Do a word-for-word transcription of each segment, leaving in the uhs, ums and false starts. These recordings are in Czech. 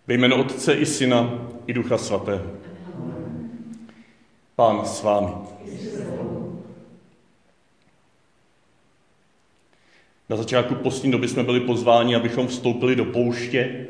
Ve jménu Otce i Syna i Ducha Svatého. Pán s vámi. Na začátku postní doby jsme byli pozváni, abychom vstoupili do pouště,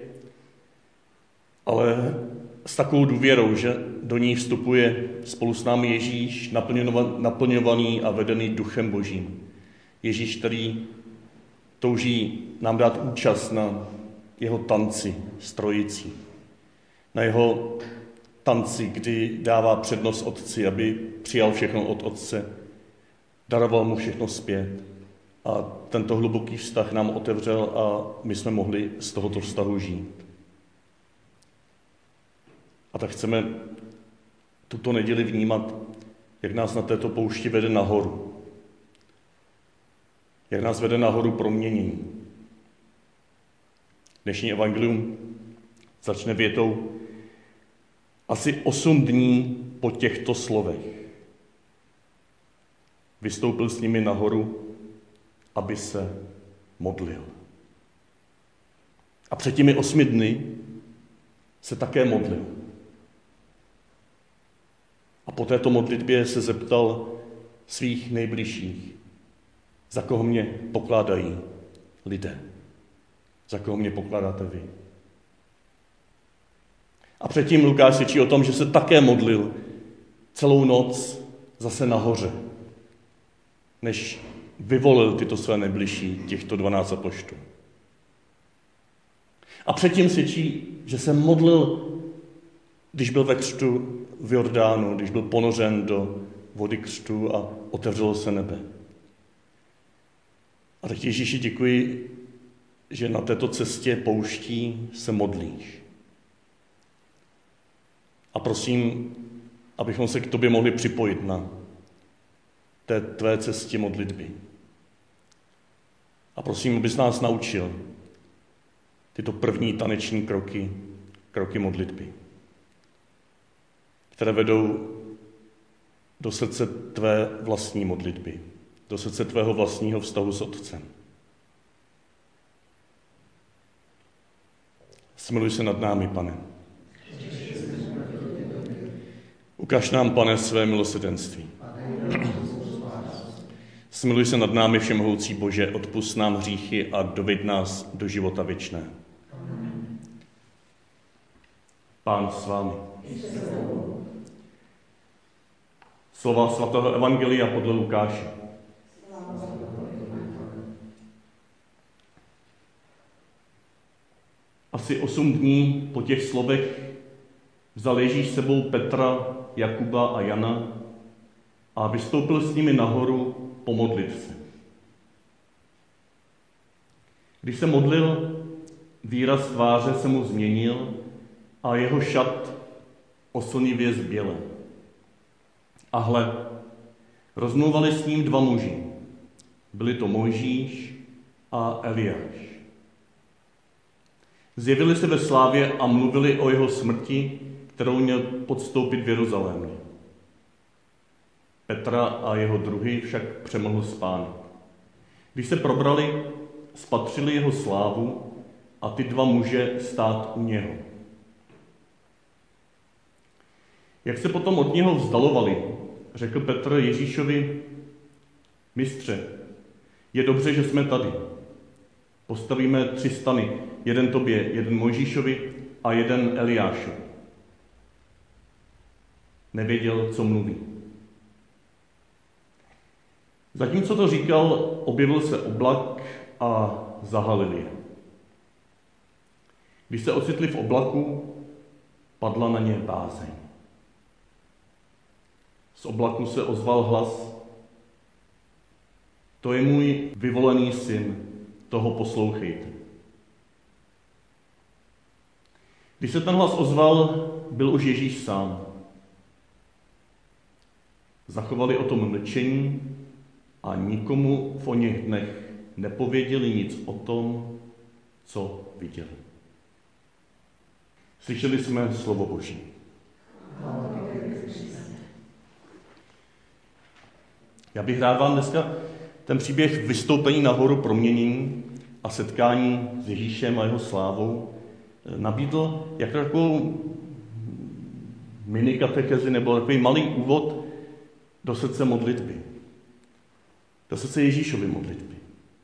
ale s takovou důvěrou, že do ní vstupuje spolu s námi Ježíš, naplňovaný a vedený Duchem Božím. Ježíš, který touží nám dát účast na jeho tanci s Trojicí. Na jeho tanci, kdy dává přednost Otci, aby přijal všechno od Otce, daroval mu všechno zpět. A tento hluboký vztah nám otevřel a my jsme mohli z tohoto vztahu žít. A tak chceme tuto neděli vnímat, jak nás na této poušti vede nahoru. Jak nás vede nahoru proměnění. Dnešní evangelium začne větou: asi osm dní po těchto slovech vystoupil s nimi nahoru, aby se modlil. A před těmi osmi dny se také modlil. A po této modlitbě se zeptal svých nejbližších: za koho mě pokládají lidé? Za koho mě pokládáte vy? A předtím Lukáš svědčí o tom, že se také modlil celou noc zase nahoře, než vyvolil tyto své nejbližší, těchto dvanáct apoštolů. A předtím svědčí, že se modlil, když byl ve křtu v Jordánu, když byl ponořen do vody křtu a otevřelo se nebe. A tak Ježíši děkuji, že na této cestě pouští se modlíš. A prosím, abychom se k tobě mohli připojit na té tvé cestě modlitby. A prosím, abys nás naučil tyto první taneční kroky, kroky modlitby, které vedou do srdce tvé vlastní modlitby, do srdce tvého vlastního vztahu s Otcem. Smiluj se nad námi, Pane. Ukaž nám, Pane, své milosrdenství. Smiluj se nad námi, všemohoucí Bože, odpusť nám hříchy a doveď nás do života věčného. Pán s vámi. Slova svatého evangelia podle Lukáše. Asi osm dní po těch slovech vzal Ježíš sebou Petra, Jakuba a Jana a vystoupil s nimi nahoru pomodlit se. Když se modlil, výraz tváře se mu změnil a jeho šat oslnivě zbělel. A hle, rozmluvali s ním dva muži. Byli to Mojžíš a Eliáš. Zjevili se ve slávě a mluvili o jeho smrti, kterou měl podstoupit v Jeruzalémě. Petra a jeho druhy však přemohl spánek. Když se probrali, spatřili jeho slávu a ty dva muže stát u něho. Jak se potom od něho vzdalovali, řekl Petr Ježíšovi: Mistře, je dobře, že jsme tady. Postavíme tři stany, jeden tobě, jeden Mojžíšovi a jeden Eliášovi. Nevěděl, co mluví. Zatímco to říkal, objevil se oblak a zahalil je. Když se ocitli v oblaku, padla na ně bázeň. Z oblaku se ozval hlas: To je můj vyvolený syn, toho poslouchejte. Když se ten hlas ozval, byl už Ježíš sám. Zachovali o tom mlčení a nikomu v oněch dnech nepověděli nic o tom, co viděli. Slyšeli jsme slovo Boží. Já bych rád vám dneska ten příběh vystoupení nahoru proměnění a setkání s Ježíšem a jeho slávou nabídl jako takovou mini katechezi nebo takový malý úvod do srdce modlitby. Do srdce Ježíšovy modlitby.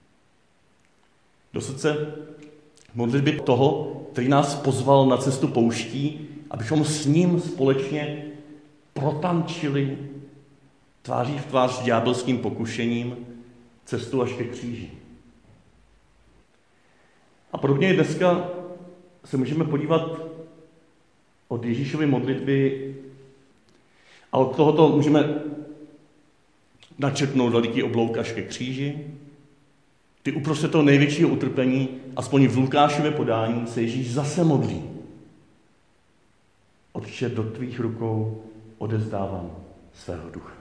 Do srdce modlitby toho, který nás pozval na cestu pouští, abychom s ním společně protančili tváří v tvář s ďábelským pokušením cestu až ke kříži. A podobně dneska se můžeme podívat od Ježíšovy modlitby a od tohoto můžeme načrtnout veliký oblouk až ke kříži. Ty uprostřed toho největšího utrpení, aspoň v Lukášově podání, se Ježíš zase modlí. Otče, do tvých rukou odezdávám svého ducha.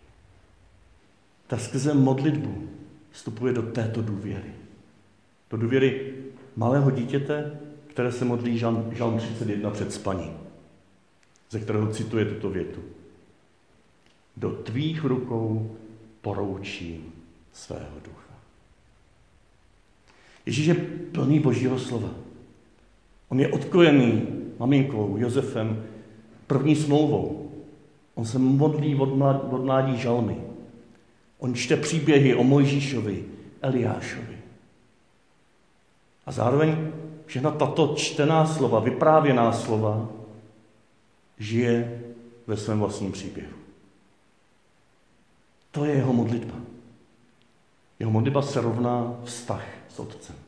Ta skrze modlitbu vstupuje do této důvěry. Do důvěry malého dítěte, které se modlí Žalm třicet jedna před spaním, ze kterého cituje tuto větu. Do tvých rukou poroučím svého ducha. Ježíš je plný Božího slova. On je odkojený maminkou Josefem první smlouvou. On se modlí od mládí žalmy. On čte příběhy o Mojžíšovi, Eliášovi. A zároveň všechna tato čtená slova, vyprávěná slova, žije ve svém vlastním příběhu. To je jeho modlitba. Jeho modlitba se rovná vztah s Otcem.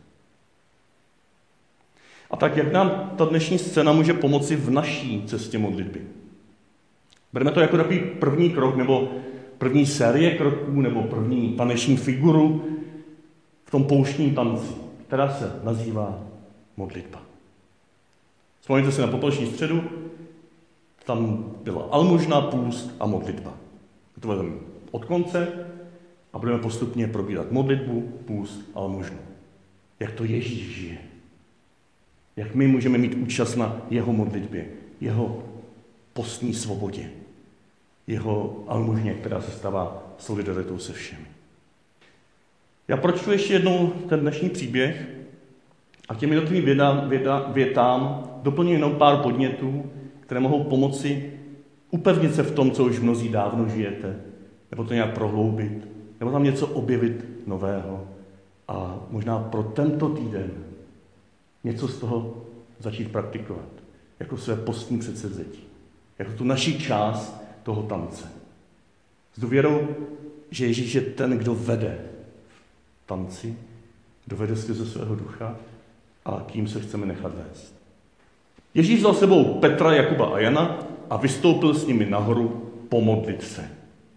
A tak, jak nám ta dnešní scéna může pomoci v naší cestě modlitby? Bereme to jako takový první krok, nebo první série kroků, nebo první taneční figuru v tom pouštním tanci, která se nazývá modlitba. Vzpomeňte si na popeleční středu, tam byla almužna, půst a modlitba. To vezmeme od konce a budeme postupně probírat modlitbu, půst a almužnu. Jak to Ježíš žije. Jak my můžeme mít účast na jeho modlitbě, jeho postní svobodě, jeho almužně, která se stává solidaritou se všemi. Já pročtu ještě jednou ten dnešní příběh a těm jednotlivým vědám, vědá, větám doplním jenom pár podnětů, které mohou pomoci upevnit se v tom, co už mnozí dávno žijete, nebo to nějak prohloubit, nebo tam něco objevit nového a možná pro tento týden něco z toho začít praktikovat, jako své postní předsevzetí, jako tu naši část toho tance. S důvěrou, že Ježíš je ten, kdo vede v tanci, kdo vede skrze svého ducha a kým se chceme nechat vést. Ježíš vzal sebou Petra, Jakuba a Jana a vystoupil s nimi nahoru pomodlit se.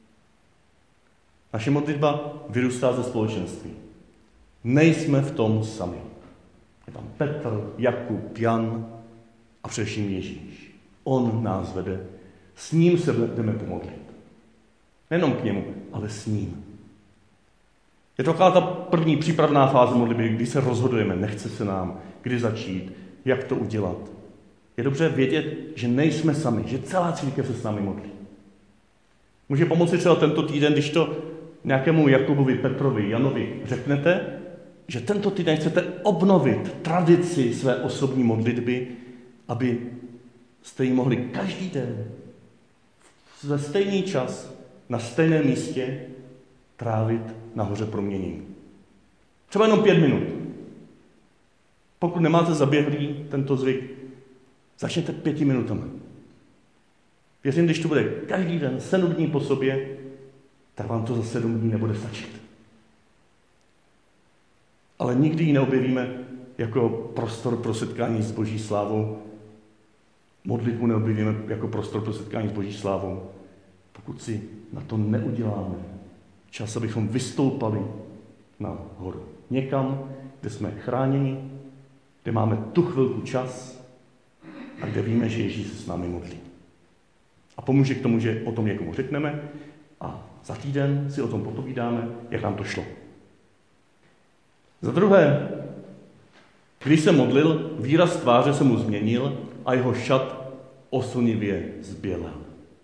Naše modlitba vyrůstá ze společenství. Nejsme v tom sami. Je tam Petr, Jakub, Jan a především Ježíš. On nás vede. S ním se jdeme pomodlit. Nejenom k němu, ale s ním. Je to taková ta první přípravná fáze modlitby, kdy se rozhodujeme, nechce se nám, kdy začít, jak to udělat. Je dobře vědět, že nejsme sami, že celá církev se s námi modlí. Může pomoci třeba tento týden, když to nějakému Jakubovi, Petrovi, Janovi řeknete, že tento týden chcete obnovit tradici své osobní modlitby, aby jste ji mohli každý den ve stejný čas na stejném místě trávit nahoře proměnění. Třeba jenom pět minut. Pokud nemáte zaběhlý tento zvyk, začněte pěti minutami. Věřím, když to bude každý den, sedm dní po sobě, tak vám to za sedm dní nebude stačit. Ale nikdy ji neobjevíme jako prostor pro setkání s Boží slávou. Modlitbu neobjevíme jako prostor pro setkání s Boží slávou, pokud si na to neuděláme čas, abychom vystoupali na horu. Někam, kde jsme chráněni, kde máme tu chvilku čas a kde víme, že Ježíš se s námi modlí. A pomůže k tomu, že o tom někomu řekneme a za týden si o tom popovídáme, jak nám to šlo. Za druhé, když se modlil, výraz tváře se mu změnil a jeho šat oslnivě zbělel.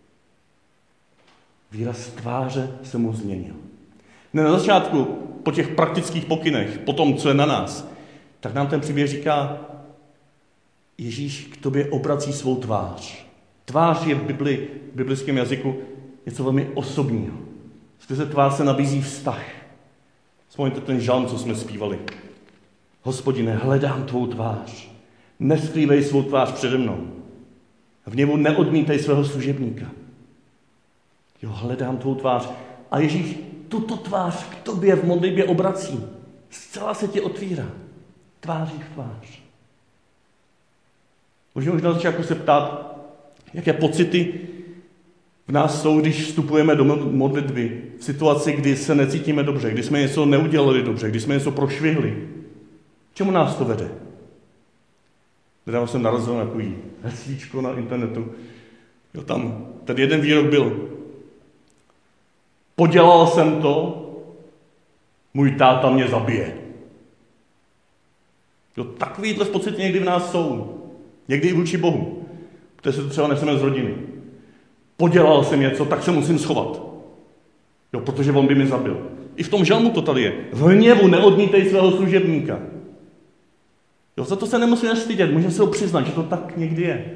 Výraz tváře se mu změnil. Ne na začátku, po těch praktických pokynech, po tom, co je na nás, tak nám ten příběh říká, Ježíš k tobě obrací svou tvář. Tvář je v, Bibli, v biblickém jazyku něco velmi osobního. Skrze tvář se nabízí vztah. Vzpomeňte ten žalm, co jsme zpívali. Hospodine, hledám tvou tvář. Neskrývej svou tvář přede mnou. V němu neodmítej svého služebníka. Jo, hledám tvou tvář. A Ježíš tuto tvář k tobě v modlitbě obrací. Zcela se ti otvírá. Tváří v tvář. Můžeme už na začátku se ptát, jaké pocity v nás jsou, když vstupujeme do modlitby v situaci, kdy se necítíme dobře, kdy jsme něco neudělali dobře, kdy jsme něco prošvihli. Čemu nás to vede? Nedávno jsem narazil na takový heslíčko na internetu. Jo, tam ten jeden výrok byl: podělal jsem to, můj táta mě zabije. Jo, takovýhle pocity někdy v nás jsou. Někdy i vůči Bohu. Protože se to třeba neseme z rodiny. Podělal jsem něco, tak se musím schovat. Jo, protože on by mi zabil. I v tom žalmu to tady je. V hněvu neodmítej svého služebníka. Jo, za to se nemusíme stydět, můžeme se ho přiznat, že to tak někdy je.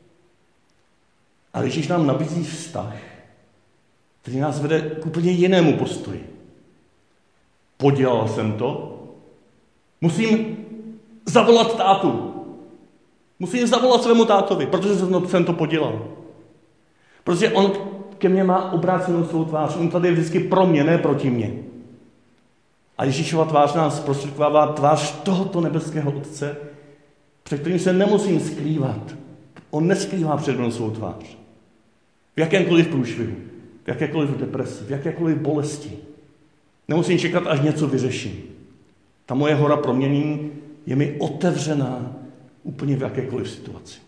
Ale Ježíš nám nabízí vztah, který nás vede k úplně jinému postoji. Podělal jsem to, musím zavolat tátu. Musím zavolat svému tátovi, protože jsem to podělal. Protože on ke mně má obrácenou svou tvář. On tady je vždycky pro mě, ne proti mně. A Ježíšova tvář nás prostředkovává tvář tohoto nebeského Otce, před kterým se nemusím skrývat. On neskrývá před mnou svou tvář. V jakémkoliv průšvihu, v jakékoliv depresi, v jakékoliv bolesti. Nemusím čekat, až něco vyřeším. Ta moje hora proměnění je mi otevřená úplně v jakékoliv situaci.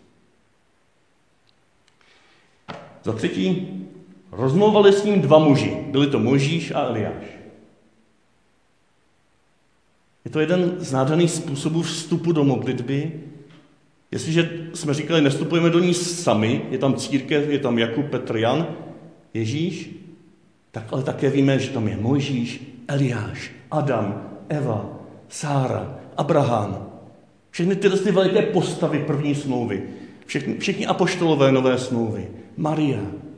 Za třetí, rozmlouvali s ním dva muži. Byli to Mojžíš a Eliáš. Je to jeden z nádherných způsobů vstupu do modlitby. Jestliže jsme říkali, nevstupujeme do ní sami, je tam církev, je tam Jakub, Petr, Jan, Ježíš, tak ale také víme, že tam je Mojžíš, Eliáš, Adam, Eva, Sára, Abraham. Všechny tyhle ty veliké postavy první smlouvy, všechny, všichni apoštolové nové smlouvy, Maria.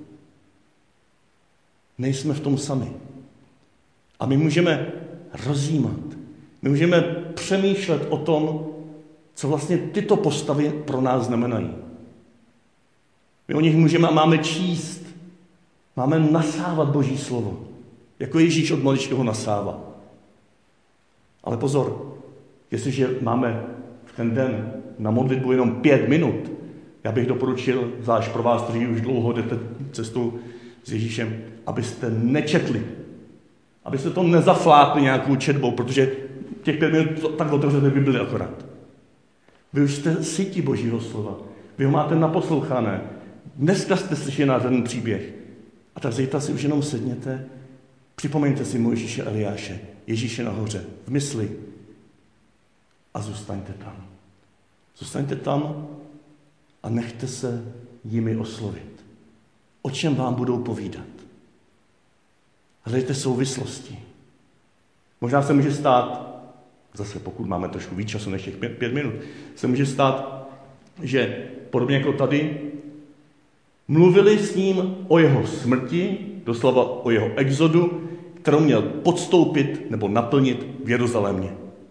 Nejsme v tom sami. A my můžeme rozjímat, my můžeme přemýšlet o tom, co vlastně tyto postavy pro nás znamenají. My o nich můžeme a máme číst, máme nasávat Boží slovo, jako Ježíš od maličkého nasává. Ale pozor, jestliže máme v ten den na modlitbu jenom pět minut, já bych doporučil, zvlášť pro vás, kteří už dlouho jdete cestou s Ježíšem, abyste nečetli, abyste to nezaflákli nějakou četbou, protože těch pět minut tak otevřete Bibli akorát. Vy už jste sítí Božího slova, vy ho máte naposlouchané, dneska jste slyšeli na ten příběh. A tak zítra si už jenom sedněte, připomeňte si Mojžíše, Eliáše, Ježíše nahoře, v mysli a zůstaňte tam. Zůstaňte tam a nechte se jimi oslovit. O čem vám budou povídat? Hledejte souvislosti. Možná se může stát, zase pokud máme trošku víc času než těch pět, pět minut, se může stát, že podobně jako tady, mluvili s ním o jeho smrti, doslova o jeho exodu, kterou měl podstoupit nebo naplnit v Jeruzalémě.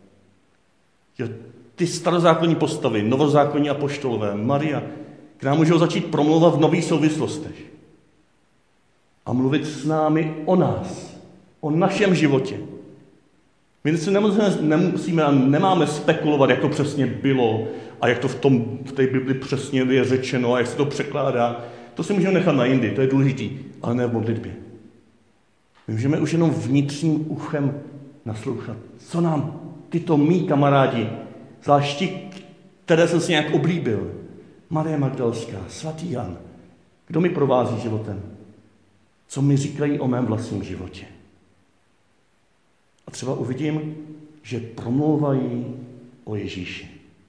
Ty starozákonní postavy, novozákonní apoštolové, Maria, k nám můžou začít promlouvat v nových souvislostech. A mluvit s námi o nás, o našem životě. My si nemusíme, nemusíme a nemáme spekulovat, jak to přesně bylo a jak to v, tom, v té Bibli přesně je řečeno a jak se to překládá. To si můžeme nechat na jindy, to je důležitý, ale ne v modlitbě. My můžeme už jenom vnitřním uchem naslouchat, co nám tyto mý kamarádi, zvlášť ti, které jsem si nějak oblíbil, Marie Magdalská, svatý Jan, kdo mi provází životem, co mi říkají o mém vlastním životě. A třeba uvidím, že promlouvají o Ježíši.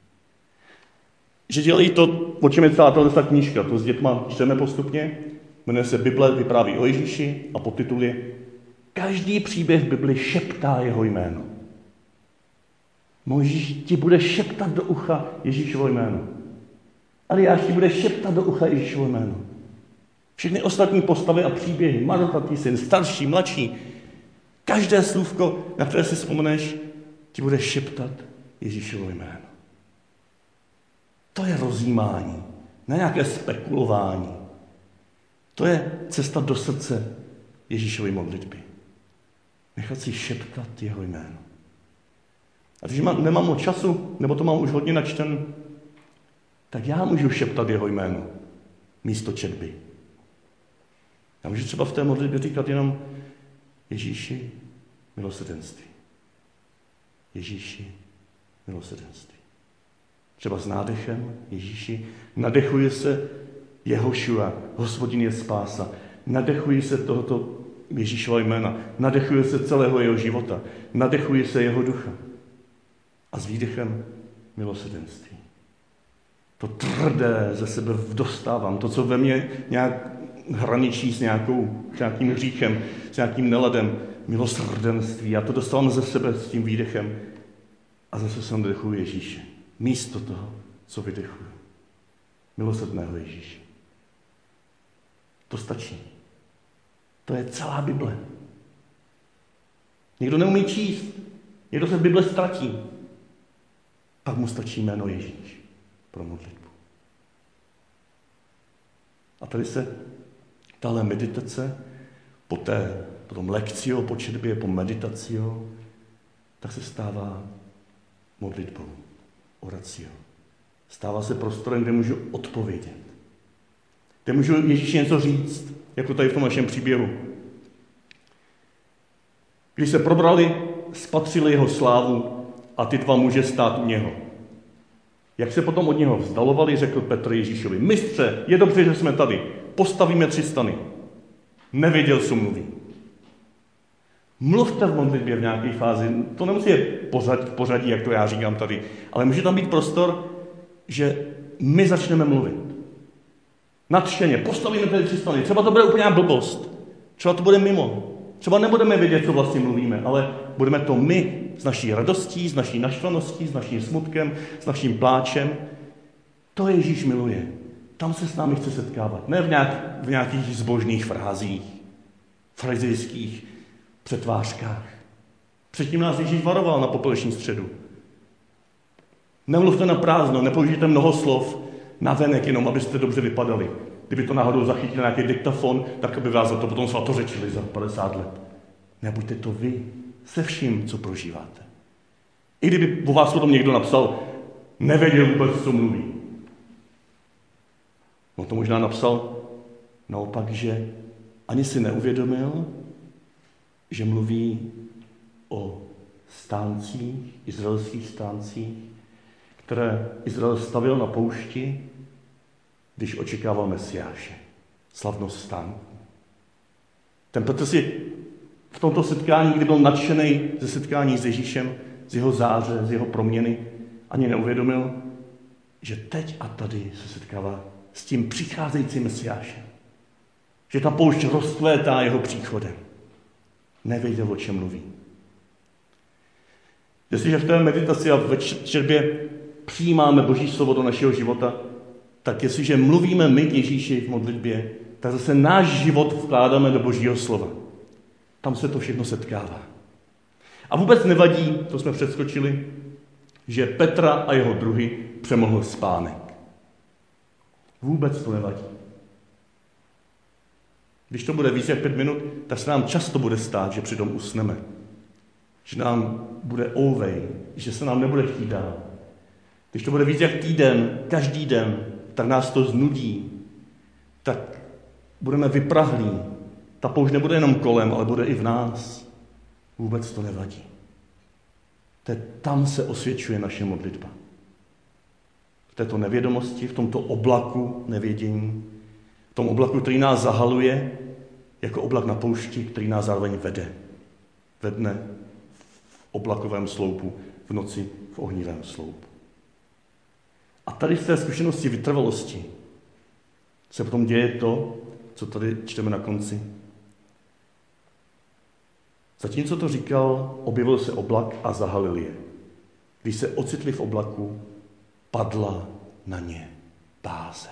Že dělají to, o čem je celá ta knížka, to s dětma čteme postupně, jmenuje se Bible vypráví o Ježíši a podtitul je Každý příběh v Bibli šeptá jeho jméno. Mojžíš ti bude šeptat do ucha Ježíšovo jméno. Eliáš ti bude šeptat do ucha Ježíšovo jméno. Všechny ostatní postavy a příběhy, marnotratný syn, starší, mladší, každé slůvko, na které si vzpomeneš, ti bude šeptat Ježíšovo jméno. To je rozjímání, ne nějaké spekulování. To je cesta do srdce Ježíšovy modlitby. Nechat si šeptat jeho jméno. A když mám, nemám moc času, nebo to mám už hodně načten, tak já můžu šeptat jeho jméno místo četby. Já můžu třeba v té modlitbě říkat jenom Ježíši, milosrdenství. Ježíši, milosrdenství. Třeba s nádechem Ježíši, nadechuji se Jehošua, Hospodin je spása. Nadechuji se tohoto Ježíšova jména. Nadechuji se celého jeho života. Nadechuji se jeho ducha. A s výdechem milosrdenství. To tvrdé ze sebe dostávám. To, co ve mně nějak hraničí s, nějakou, s nějakým hříchem, s nějakým neladem. Milosrdenství. Já to dostávám ze sebe s tím výdechem. A zase se nadechuji Ježíše. Místo toho, co vydechuju. Milosrdného Ježíše. To stačí. To je celá Bible. Někdo neumí číst. Někdo se v Bible ztratí. Pak mu stačí jméno Ježíš pro modlitbu. A tady se tahle meditace po té, po tom lekcio, po četbě, po meditacio, tak se stává modlitbou, oracio. Stává se prostorem, kde můžu odpovědět. Kde můžu Ježíši něco říct, jako tady v tom našem příběhu. Když se probrali, spatřili jeho slávu a ty dva muže stát u něho. Jak se potom od něho vzdalovali, řekl Petr Ježíšovi, mistře, je dobře, že jsme tady, postavíme tři stany. Nevěděl, co mluví. Mluvte v modlitbě v nějaké fázi, to nemusí je pořadí, pořadí, jak to já říkám tady, ale může tam být prostor, že my začneme mluvit. Nadšeně, postavíme tady tři stany. Třeba to bude úplně blbost, třeba to bude mimo, třeba nebudeme vědět, co vlastně mluvíme, ale budeme to my s naší radostí, s naší naštvaností, s naším smutkem, s naším pláčem. To Ježíš miluje. Tam se s námi chce setkávat. Ne v, nějak, v nějakých zbožných frázích, farizejských přetvářkách. Předtím nás Ježíš varoval na popeleční středu. Nemluvte na prázdno, nepoužijte mnoho slov na venek, jenom abyste dobře vypadali. Kdyby to náhodou zachytil nějaký diktafon, tak aby vás za to potom svatořečili za padesát let. Nebuďte to vy se vším, co prožíváte. I kdyby o vás potom někdo napsal, nevěděl vůbec, co mluví. No to možná napsal naopak, že ani si neuvědomil, že mluví o stáncích, izraelských stáncích, které Izrael stavěl na poušti, když očekával Mesiáše. Slavnost stánků. Ten Petr si v tomto setkání, kdy byl nadšený ze setkání s Ježíšem, z jeho záře, z jeho proměny, ani neuvědomil, že teď a tady se setkává s tím přicházejícím Mesiášem. Že ta poušť rozkvétá jeho příchodem. Nevěděl, o čem mluví. Jestliže v té meditaci a ve četbě přijímáme Boží slovo do našeho života, tak jestliže mluvíme my Ježíši v modlitbě, tak zase náš život vkládáme do Božího slova. Tam se to všechno setkává. A vůbec nevadí, to jsme přeskočili, že Petra a jeho druhy přemohl spánek. Vůbec to nevadí. Když to bude víc jak pět minut, tak se nám často bude stát, že přitom usneme. Že nám bude ouvej, že se nám nebude chtít dál. Když to bude víc jak týden, každý den, tak nás to znudí. Tak budeme vyprahlí. Ta poušť nebude jenom kolem, ale bude i v nás. Vůbec to nevadí. Te, tam se osvědčuje naše modlitba. V této nevědomosti, v tomto oblaku nevědění, v tom oblaku, který nás zahaluje, jako oblak na poušti, který nás zároveň vede. Ve dne v oblakovém sloupu, v noci v ohnivém sloupu. A tady z té zkušenosti vytrvalosti se potom děje to, co tady čteme na konci. Zatímco to říkal, objevil se oblak a zahalil je. Když se ocitli v oblaku, padla na ně bázeň.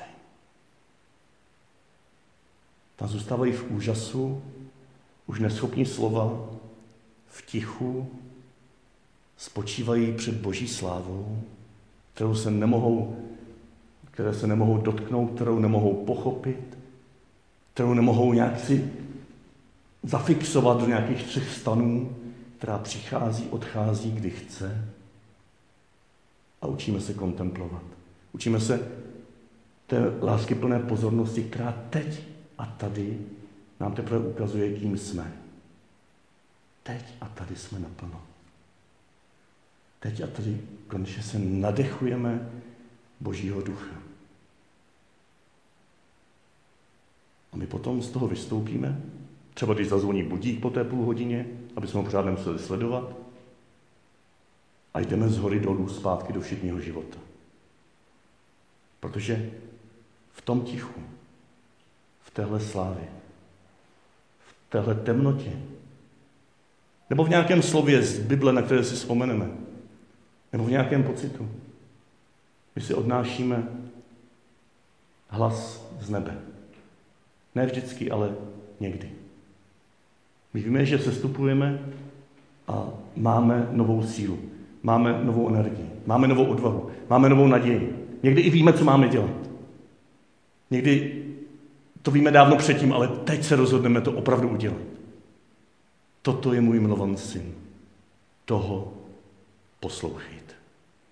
Tam zůstávají v úžasu, už neschopní slova, v tichu, spočívají před Boží slávou, kterou se nemohou, které se nemohou dotknout, kterou nemohou pochopit, kterou nemohou nějak si zafixovat do nějakých třech stanů, která přichází, odchází, kdy chce. A učíme se kontemplovat. Učíme se té láskyplné pozornosti, která teď a tady nám teprve ukazuje, kým jsme. Teď a tady jsme naplno. Teď a tady konečně se nadechujeme Božího ducha. A my potom z toho vystoupíme, třeba když zazvoní budík po té půl hodině, aby jsme ho pořád nemuseli sledovat, a jdeme z hory dolů zpátky do všedního života. Protože v tom tichu, v téhle slávě, v téhle temnotě, nebo v nějakém slově z Bible, na které si vzpomeneme, nebo v nějakém pocitu, my si odnášíme hlas z nebe. Ne vždycky, ale někdy. My víme, že sestupujeme a máme novou sílu, máme novou energii, máme novou odvahu, máme novou naději. Někdy i víme, co máme dělat. Někdy to víme dávno předtím, ale teď se rozhodneme to opravdu udělat. Toto je můj milovaný syn. Toho poslouchejte.